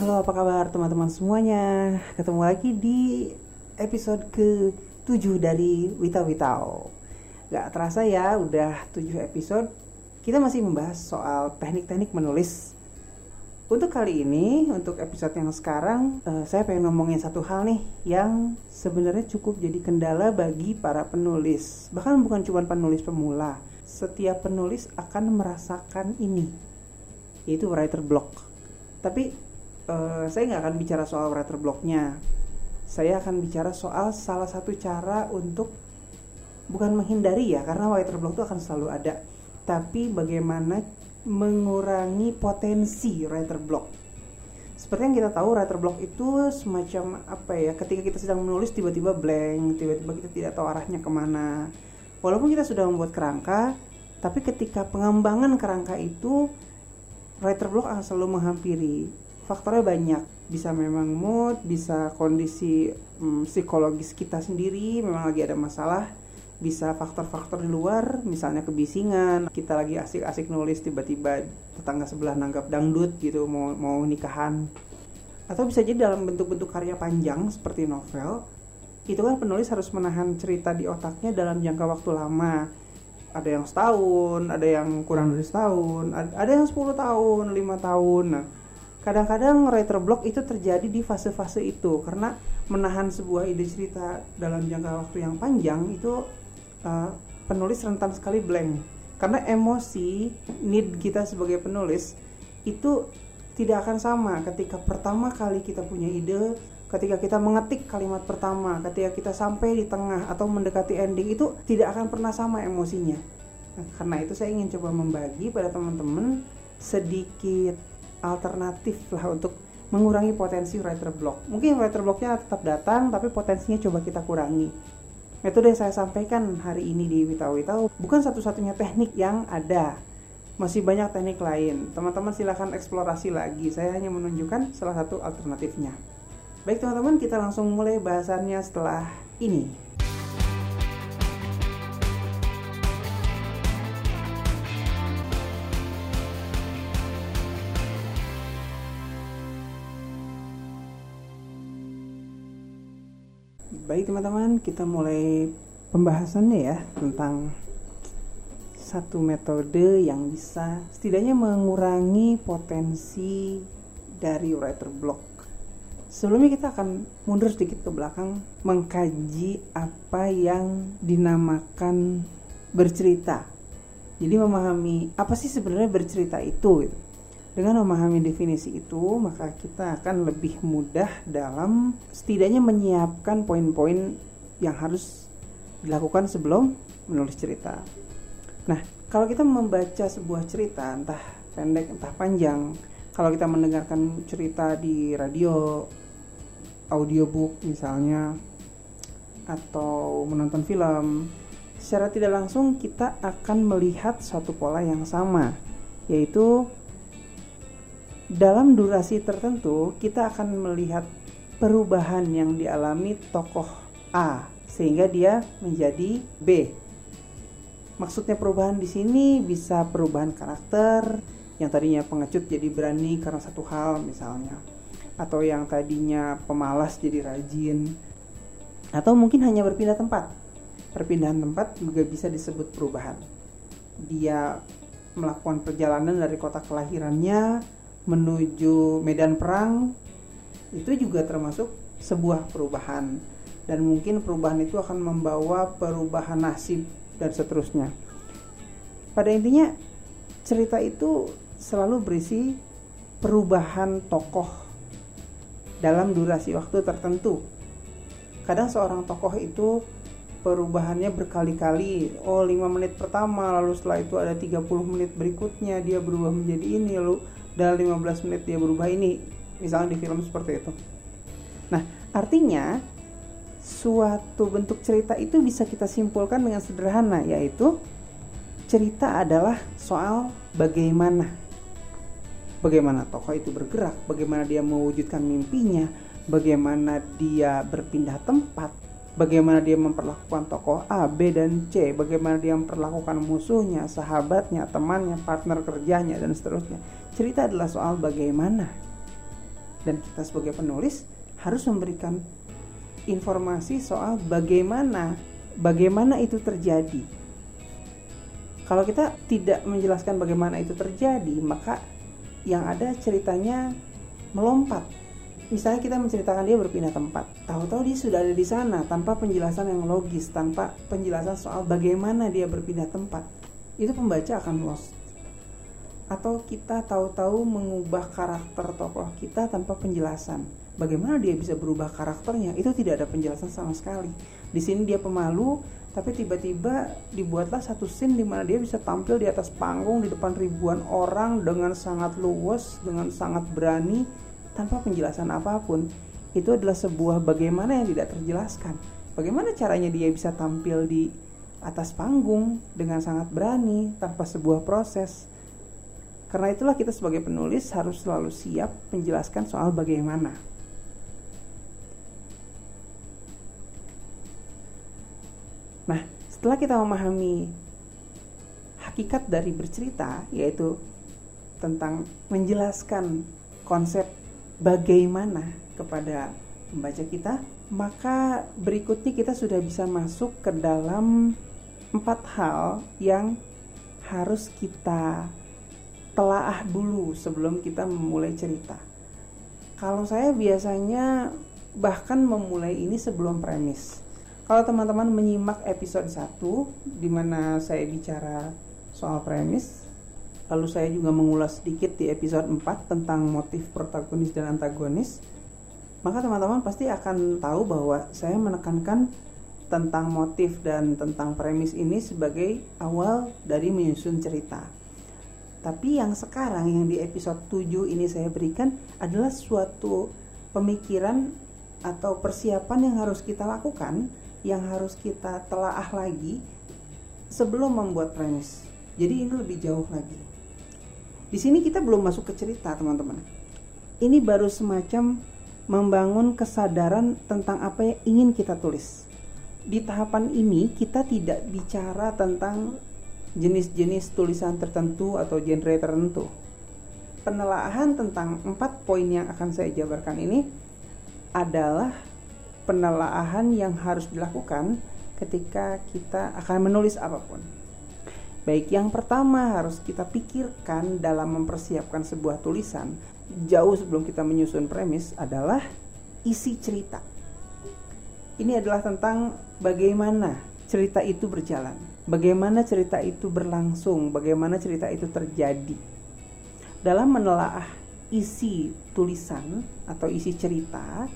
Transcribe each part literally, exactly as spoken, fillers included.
Halo, apa kabar teman-teman semuanya? Ketemu lagi di episode ke tujuh dari Wita Witau. Gak terasa ya, udah tujuh episode. Kita masih membahas soal teknik-teknik menulis. Untuk kali ini, untuk episode yang sekarang, uh, saya pengen ngomongin satu hal nih yang sebenarnya cukup jadi kendala bagi para penulis. Bahkan bukan cuma penulis pemula. Setiap penulis akan merasakan ini, yaitu writer block. Tapi Uh, saya nggak akan bicara soal writer blocknya. Saya akan bicara soal salah satu cara untuk, bukan menghindari ya, karena writer block itu akan selalu ada, tapi bagaimana mengurangi potensi writer block. Seperti yang kita tahu, writer block itu semacam apa ya, ketika kita sedang menulis tiba-tiba blank, tiba-tiba kita tidak tahu arahnya kemana. Walaupun kita sudah membuat kerangka, tapi ketika pengembangan kerangka itu, writer block akan selalu menghampiri. Faktornya banyak, bisa memang mood, bisa kondisi hmm, psikologis kita sendiri, memang lagi ada masalah, bisa faktor-faktor di luar, misalnya kebisingan, kita lagi asik-asik nulis, tiba-tiba tetangga sebelah nanggap dangdut gitu, mau mau nikahan. Atau bisa jadi dalam bentuk-bentuk karya panjang seperti novel, itu kan penulis harus menahan cerita di otaknya dalam jangka waktu lama. Ada yang setahun, ada yang kurang dari setahun, ada yang sepuluh tahun, lima tahun. Nah, kadang-kadang writer block itu terjadi di fase-fase itu, karena menahan sebuah ide cerita dalam jangka waktu yang panjang itu uh, penulis rentan sekali blank. Karena emosi, need kita sebagai penulis itu tidak akan sama ketika pertama kali kita punya ide, ketika kita mengetik kalimat pertama, ketika kita sampai di tengah atau mendekati ending, itu tidak akan pernah sama emosinya. Nah, karena itu saya ingin coba membagi pada teman-teman sedikit alternatif lah untuk mengurangi potensi writer block. Mungkin writer blocknya tetap datang, tapi potensinya coba kita kurangi. Metode yang saya sampaikan hari ini di Wita Witau bukan satu-satunya teknik yang ada. Masih banyak teknik lain. Teman-teman silakan eksplorasi lagi. Saya hanya menunjukkan salah satu alternatifnya. Baik teman-teman, kita langsung mulai bahasannya setelah ini. Baik teman-teman, kita mulai pembahasannya ya tentang satu metode yang bisa setidaknya mengurangi potensi dari writer block. Sebelumnya kita akan mundur sedikit ke belakang, mengkaji apa yang dinamakan bercerita. Jadi memahami apa sih sebenarnya bercerita itu. Dengan memahami definisi itu, maka kita akan lebih mudah dalam setidaknya menyiapkan poin-poin yang harus dilakukan sebelum menulis cerita. Nah, kalau kita membaca sebuah cerita, entah pendek, entah panjang, kalau kita mendengarkan cerita di radio, audiobook misalnya, atau menonton film, secara tidak langsung kita akan melihat suatu pola yang sama, yaitu dalam durasi tertentu kita akan melihat perubahan yang dialami tokoh A sehingga dia menjadi B. Maksudnya perubahan di sini bisa perubahan karakter, yang tadinya pengecut jadi berani karena satu hal misalnya, atau yang tadinya pemalas jadi rajin, atau mungkin hanya berpindah tempat. Perpindahan tempat juga bisa disebut perubahan. Dia melakukan perjalanan dari kota kelahirannya menuju medan perang, itu juga termasuk sebuah perubahan, dan mungkin perubahan itu akan membawa perubahan nasib dan seterusnya. Pada intinya cerita itu selalu berisi perubahan tokoh dalam durasi waktu tertentu. Kadang seorang tokoh itu perubahannya berkali-kali. Oh, lima menit pertama, lalu setelah itu ada tiga puluh menit berikutnya dia berubah menjadi ini, lalu dalam lima belas menit dia berubah ini, misalnya di film seperti itu. Nah, artinya suatu bentuk cerita itu bisa kita simpulkan dengan sederhana, yaitu cerita adalah soal bagaimana bagaimana tokoh itu bergerak, bagaimana dia mewujudkan mimpinya, bagaimana dia berpindah tempat, bagaimana dia memperlakukan tokoh A, B, dan C, bagaimana dia memperlakukan musuhnya, sahabatnya, temannya, partner kerjanya, dan seterusnya. Cerita adalah soal bagaimana. Dan kita sebagai penulis harus memberikan informasi soal bagaimana bagaimana itu terjadi. Kalau kita tidak menjelaskan bagaimana itu terjadi, maka yang ada ceritanya melompat. Misalnya kita menceritakan dia berpindah tempat, tahu-tahu dia sudah ada di sana tanpa penjelasan yang logis, tanpa penjelasan soal bagaimana dia berpindah tempat. Itu pembaca akan lost. Atau kita tahu-tahu mengubah karakter tokoh kita tanpa penjelasan. Bagaimana dia bisa berubah karakternya? Itu tidak ada penjelasan sama sekali. Di sini dia pemalu, tapi tiba-tiba dibuatlah satu scene di mana dia bisa tampil di atas panggung di depan ribuan orang dengan sangat luwes, dengan sangat berani, tanpa penjelasan apapun. Itu adalah sebuah bagaimana yang tidak terjelaskan. Bagaimana caranya dia bisa tampil di atas panggung dengan sangat berani tanpa sebuah proses. Karena itulah kita sebagai penulis harus selalu siap menjelaskan soal bagaimana. Nah, setelah kita memahami hakikat dari bercerita, yaitu tentang menjelaskan konsep bagaimana kepada pembaca kita, maka berikutnya kita sudah bisa masuk ke dalam empat hal yang harus kita telaah dulu sebelum kita memulai cerita. Kalau saya biasanya bahkan memulai ini sebelum premis. Kalau teman-teman menyimak episode satu di mana saya bicara soal premis, lalu saya juga mengulas sedikit di episode empat tentang motif protagonis dan antagonis, maka teman-teman pasti akan tahu bahwa saya menekankan tentang motif dan tentang premis ini sebagai awal dari menyusun cerita. Tapi yang sekarang yang di episode tujuh ini saya berikan adalah suatu pemikiran atau persiapan yang harus kita lakukan, yang harus kita telaah lagi sebelum membuat premis. Jadi ini lebih jauh lagi. Di sini kita belum masuk ke cerita, teman-teman. Ini baru semacam membangun kesadaran tentang apa yang ingin kita tulis. Di tahapan ini kita tidak bicara tentang jenis-jenis tulisan tertentu atau genre tertentu. Penelaahan tentang empat poin yang akan saya jabarkan ini adalah penelaahan yang harus dilakukan ketika kita akan menulis apapun. Baik, yang pertama harus kita pikirkan dalam mempersiapkan sebuah tulisan jauh sebelum kita menyusun premis adalah isi cerita. Ini adalah tentang bagaimana cerita itu berjalan, bagaimana cerita itu berlangsung, bagaimana cerita itu terjadi. Dalam menelaah isi tulisan atau isi cerita,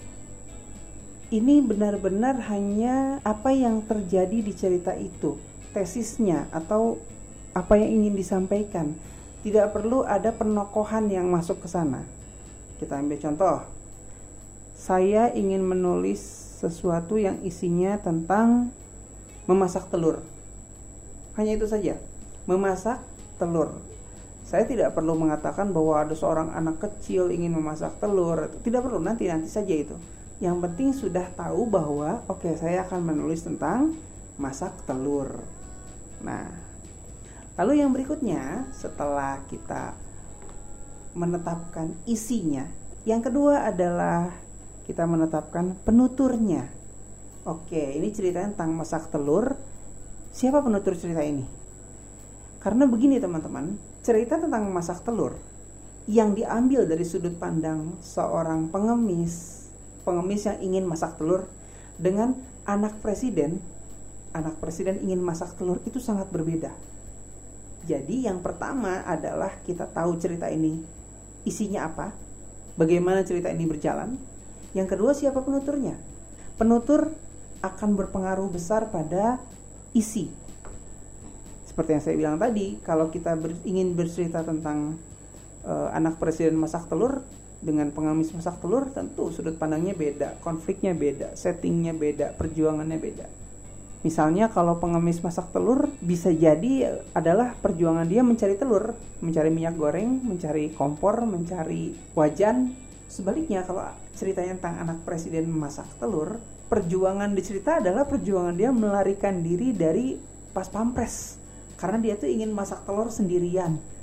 ini benar-benar hanya apa yang terjadi di cerita itu, tesisnya atau apa yang ingin disampaikan. Tidak perlu ada penokohan yang masuk ke sana. Kita ambil contoh. Saya ingin menulis sesuatu yang isinya tentang memasak telur. Hanya itu saja, memasak telur. Saya tidak perlu mengatakan bahwa ada seorang anak kecil ingin memasak telur. Tidak perlu, nanti-nanti saja itu. Yang penting sudah tahu bahwa oke, okay, saya akan menulis tentang masak telur. Nah, lalu yang berikutnya setelah kita menetapkan isinya, yang kedua adalah kita menetapkan penuturnya. Oke, okay, ini ceritanya tentang masak telur. Siapa penutur cerita ini? Karena begini teman-teman, cerita tentang masak telur yang diambil dari sudut pandang seorang pengemis pengemis yang ingin masak telur dengan anak presiden anak presiden ingin masak telur itu sangat berbeda. Jadi yang pertama adalah kita tahu cerita ini isinya apa, bagaimana cerita ini berjalan. Yang kedua, siapa penuturnya. Penutur akan berpengaruh besar pada isi. Seperti yang saya bilang tadi, kalau kita ber, ingin bercerita tentang uh, anak presiden masak telur dengan pengemis masak telur, tentu sudut pandangnya beda, konfliknya beda, settingnya beda, perjuangannya beda. Misalnya kalau pengemis masak telur, bisa jadi adalah perjuangan dia mencari telur, mencari minyak goreng, mencari kompor, mencari wajan. Sebaliknya kalau ceritanya tentang anak presiden memasak telur, perjuangan di cerita adalah perjuangan dia melarikan diri dari pas pampres, karena dia tuh ingin masak telur sendirian.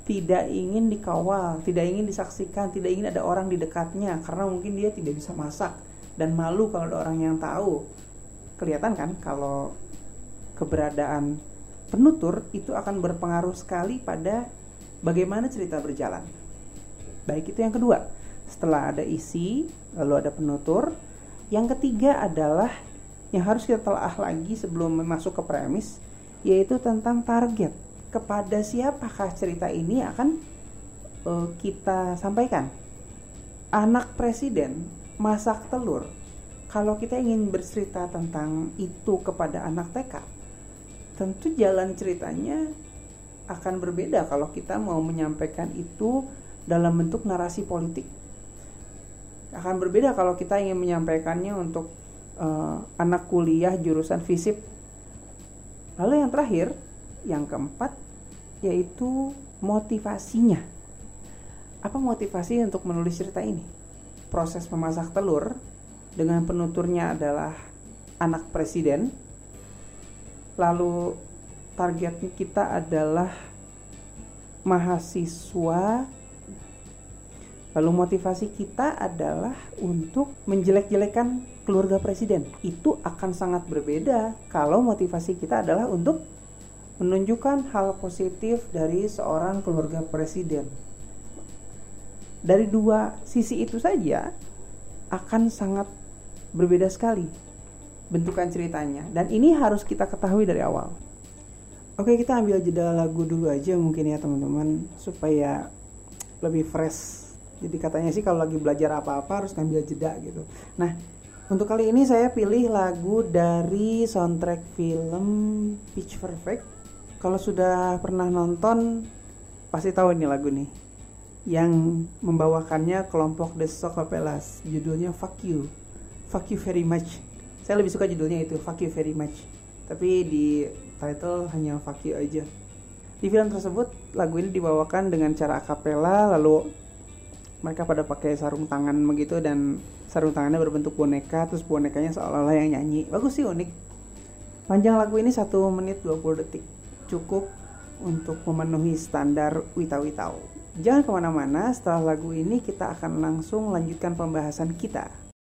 tidak ingin dikawal, tidak ingin disaksikan, tidak ingin ada orang di dekatnya karena mungkin dia tidak bisa masak dan malu kalau ada orang yang tahu. Kelihatan kan kalau keberadaan penutur itu akan berpengaruh sekali pada bagaimana cerita berjalan. Baik, itu yang kedua. Setelah ada isi, lalu ada penutur. Yang ketiga adalah yang harus kita telah lagi sebelum masuk ke premis, yaitu tentang target. Kepada siapakah cerita ini akan uh, kita sampaikan? Anak presiden masak telur. Kalau kita ingin bercerita tentang itu kepada anak T K, tentu jalan ceritanya akan berbeda kalau kita mau menyampaikan itu dalam bentuk narasi politik. Akan berbeda kalau kita ingin menyampaikannya untuk uh, anak kuliah jurusan FISIP. Lalu yang terakhir, yang keempat, yaitu motivasinya. Apa motivasi untuk menulis cerita ini? Proses memasak telur dengan penuturnya adalah anak presiden. Lalu target kita adalah mahasiswa. Lalu motivasi kita adalah untuk menjelek-jelekan keluarga presiden. Itu akan sangat berbeda kalau motivasi kita adalah untuk menunjukkan hal positif dari seorang keluarga presiden. Dari dua sisi itu saja akan sangat berbeda sekali bentukan ceritanya. Dan ini harus kita ketahui dari awal. Oke, kita ambil jeda lagu dulu aja mungkin ya teman-teman, supaya lebih fresh. Jadi katanya sih kalau lagi belajar apa-apa harus ngambil jeda gitu. Nah, untuk kali ini saya pilih lagu dari soundtrack film Pitch Perfect. Kalau sudah pernah nonton pasti tahu ini lagu nih. Yang membawakannya kelompok The Sockapelas. Judulnya Fuck You. Fuck You Very Much. Saya lebih suka judulnya itu, Fuck You Very Much. Tapi di title hanya Fuck You aja. Di film tersebut lagu ini dibawakan dengan cara akapela, lalu mereka pada pakai sarung tangan begitu dan sarung tangannya berbentuk boneka, terus bonekanya seolah-olah yang nyanyi. Bagus sih, unik. Panjang lagu ini satu menit dua puluh detik. Cukup untuk memenuhi standar witau-witau. Jangan kemana-mana, setelah lagu ini kita akan langsung lanjutkan pembahasan kita.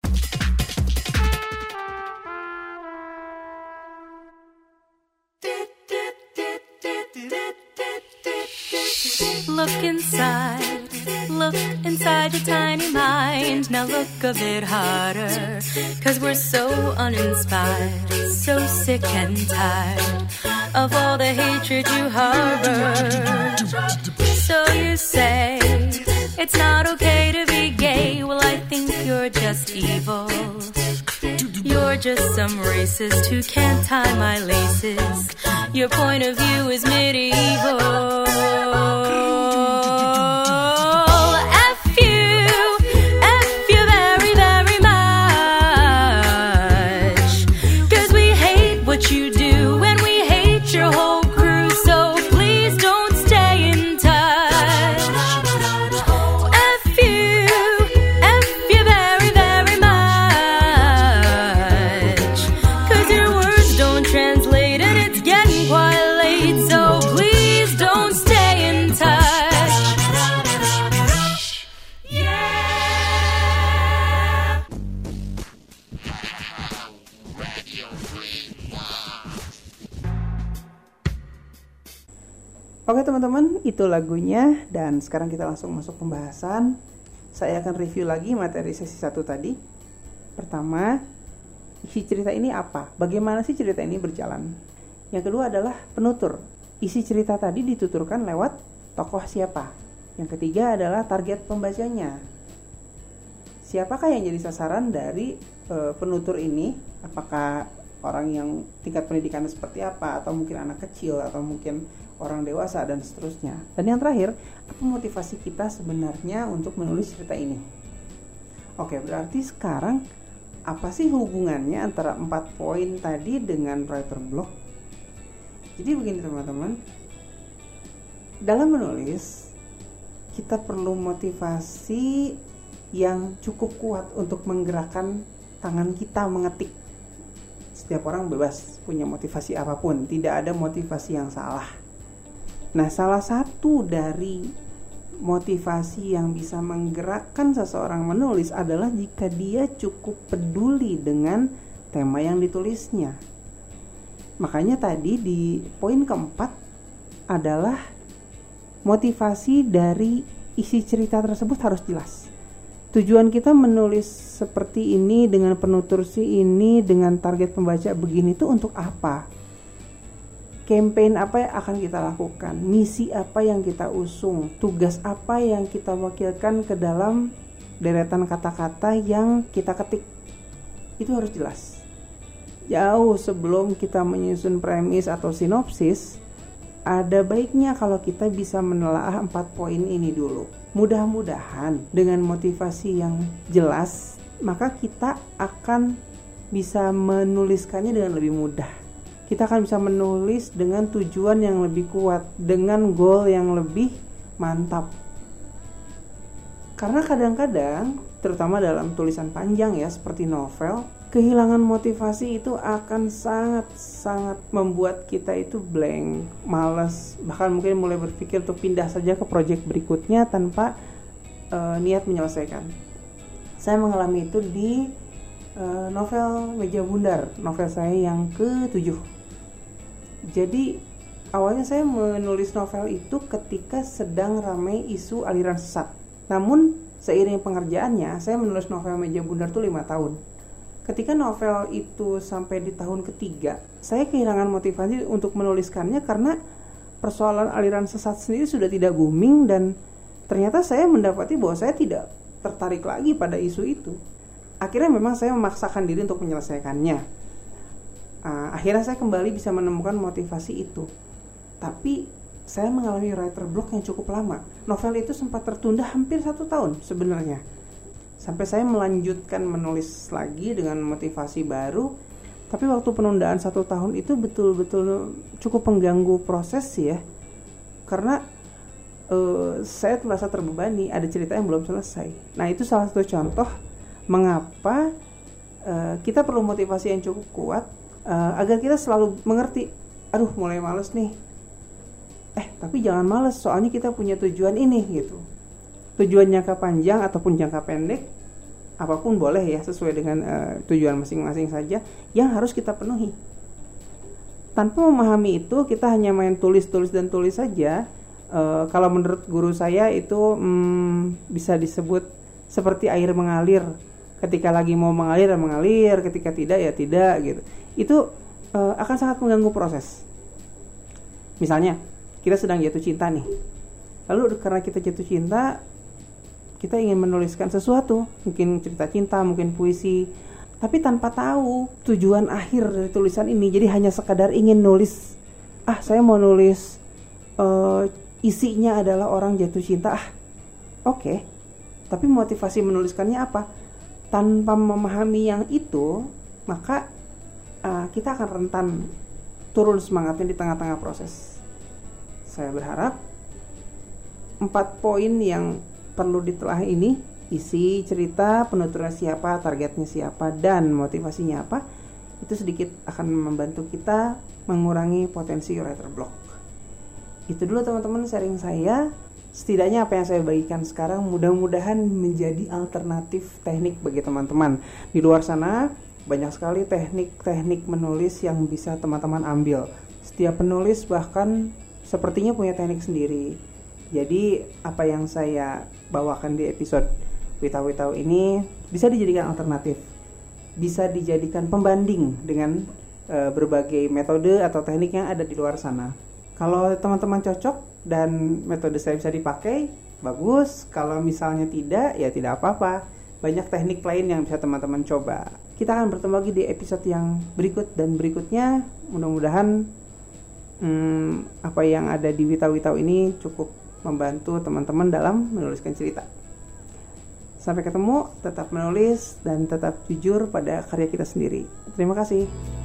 Look inside, look inside your tiny mind. Now look a bit harder, 'cause we're so uninspired, so sick and tired of all the hatred you harbor. So you say it's not okay to be gay. Well, I think you're just evil. You're just some racist who can't tie my laces. Your point of view is medieval. F you, F you very, very much. 'Cause we hate what you do and we hate your whole crew. So please don't stay in touch. F you, F you very, very much. 'Cause your words don't translate and it's getting quite late. So please don't stay in touch. Yeah. Oke teman-teman, itu lagunya dan sekarang kita langsung masuk pembahasan. Saya akan review lagi materi sesi satu tadi. Pertama, isi cerita ini apa? Bagaimana sih cerita ini berjalan? Yang kedua adalah penutur. Isi cerita tadi dituturkan lewat tokoh siapa? Yang ketiga adalah target pembacanya. Siapakah yang jadi sasaran dari e, penutur ini? Apakah orang yang tingkat pendidikannya seperti apa? Atau mungkin anak kecil? Atau mungkin orang dewasa dan seterusnya. Dan yang terakhir, apa motivasi kita sebenarnya untuk menulis cerita ini? Oke, berarti sekarang apa sih hubungannya antara empat poin tadi dengan writer block? Jadi begini teman-teman, dalam menulis kita perlu motivasi yang cukup kuat untuk menggerakkan tangan kita mengetik. Setiap orang bebas punya motivasi apapun, tidak ada motivasi yang salah. Nah, salah satu dari motivasi yang bisa menggerakkan seseorang menulis adalah jika dia cukup peduli dengan tema yang ditulisnya. Makanya tadi di poin keempat adalah motivasi dari isi cerita tersebut harus jelas. Tujuan kita menulis seperti ini dengan penutur si ini dengan target pembaca begini itu untuk apa? Campaign apa yang akan kita lakukan? Misi apa yang kita usung? Tugas apa yang kita wakilkan ke dalam deretan kata-kata yang kita ketik? Itu harus jelas. Jauh sebelum kita menyusun premis atau sinopsis, ada baiknya kalau kita bisa menelaah empat poin ini dulu. Mudah-mudahan dengan motivasi yang jelas, maka kita akan bisa menuliskannya dengan lebih mudah. Kita akan bisa menulis dengan tujuan yang lebih kuat, dengan goal yang lebih mantap. Karena kadang-kadang, terutama dalam tulisan panjang ya, seperti novel, kehilangan motivasi itu akan sangat-sangat membuat kita itu blank, malas, bahkan mungkin mulai berpikir untuk pindah saja ke proyek berikutnya tanpa uh, niat menyelesaikan. Saya mengalami itu di uh, novel Meja Bundar, novel saya yang ketujuh. Jadi awalnya saya menulis novel itu ketika sedang ramai isu aliran sesat. Namun seiring pengerjaannya, saya menulis novel Meja Bundar itu lima tahun. Ketika novel itu sampai di tahun ketiga, saya kehilangan motivasi untuk menuliskannya karena persoalan aliran sesat sendiri sudah tidak booming dan ternyata saya mendapati bahwa saya tidak tertarik lagi pada isu itu. Akhirnya memang saya memaksakan diri untuk menyelesaikannya. Uh, akhirnya saya kembali bisa menemukan motivasi itu. Tapi saya mengalami writer block yang cukup lama. Novel itu sempat tertunda hampir satu tahun sebenarnya. Sampai saya melanjutkan menulis lagi dengan motivasi baru. Tapi waktu penundaan satu tahun itu betul-betul cukup mengganggu proses ya. Karena uh, saya merasa terbebani, ada cerita yang belum selesai. Nah, itu salah satu contoh mengapa uh, kita perlu motivasi yang cukup kuat uh, agar kita selalu mengerti, aduh mulai males nih. Eh, tapi jangan males, soalnya kita punya tujuan ini gitu. Tujuan jangka panjang ataupun jangka pendek, apapun boleh ya, sesuai dengan uh, tujuan masing-masing saja yang harus kita penuhi. Tanpa memahami itu, kita hanya main tulis-tulis dan tulis saja. Uh, kalau menurut guru saya itu um, bisa disebut seperti air mengalir. Ketika lagi mau mengalir ya mengalir, ketika tidak ya tidak gitu. Itu uh, akan sangat mengganggu proses. Misalnya, kita sedang jatuh cinta nih. Lalu karena kita jatuh cinta, kita ingin menuliskan sesuatu, mungkin cerita cinta, mungkin puisi, tapi tanpa tahu tujuan akhir dari tulisan ini. Jadi hanya sekadar ingin nulis, ah saya mau nulis uh, isinya adalah orang jatuh cinta, ah oke, okay. Tapi motivasi menuliskannya apa? Tanpa memahami yang itu, maka uh, kita akan rentan turun semangatnya di tengah-tengah proses. Saya berharap empat poin yang perlu ditelah ini, isi cerita, penuturnya siapa, targetnya siapa, dan motivasinya apa, itu sedikit akan membantu kita mengurangi potensi writer block. Itu dulu teman-teman sharing saya. Setidaknya apa yang saya bagikan sekarang mudah-mudahan menjadi alternatif teknik bagi teman-teman. Di luar sana banyak sekali teknik-teknik menulis yang bisa teman-teman ambil. Setiap penulis bahkan sepertinya punya teknik sendiri. Jadi apa yang saya bawakan di episode Witau-Witau ini bisa dijadikan alternatif, bisa dijadikan pembanding dengan e, berbagai metode atau teknik yang ada di luar sana. Kalau teman-teman cocok dan metode saya bisa dipakai, bagus. Kalau misalnya tidak, ya tidak apa-apa. Banyak teknik lain yang bisa teman-teman coba. Kita akan bertemu lagi di episode yang berikut dan berikutnya. Mudah-mudahan hmm, apa yang ada di Witau-Witau ini cukup membantu teman-teman dalam menuliskan cerita. Sampai ketemu, tetap menulis dan tetap jujur pada karya kita sendiri. Terima kasih.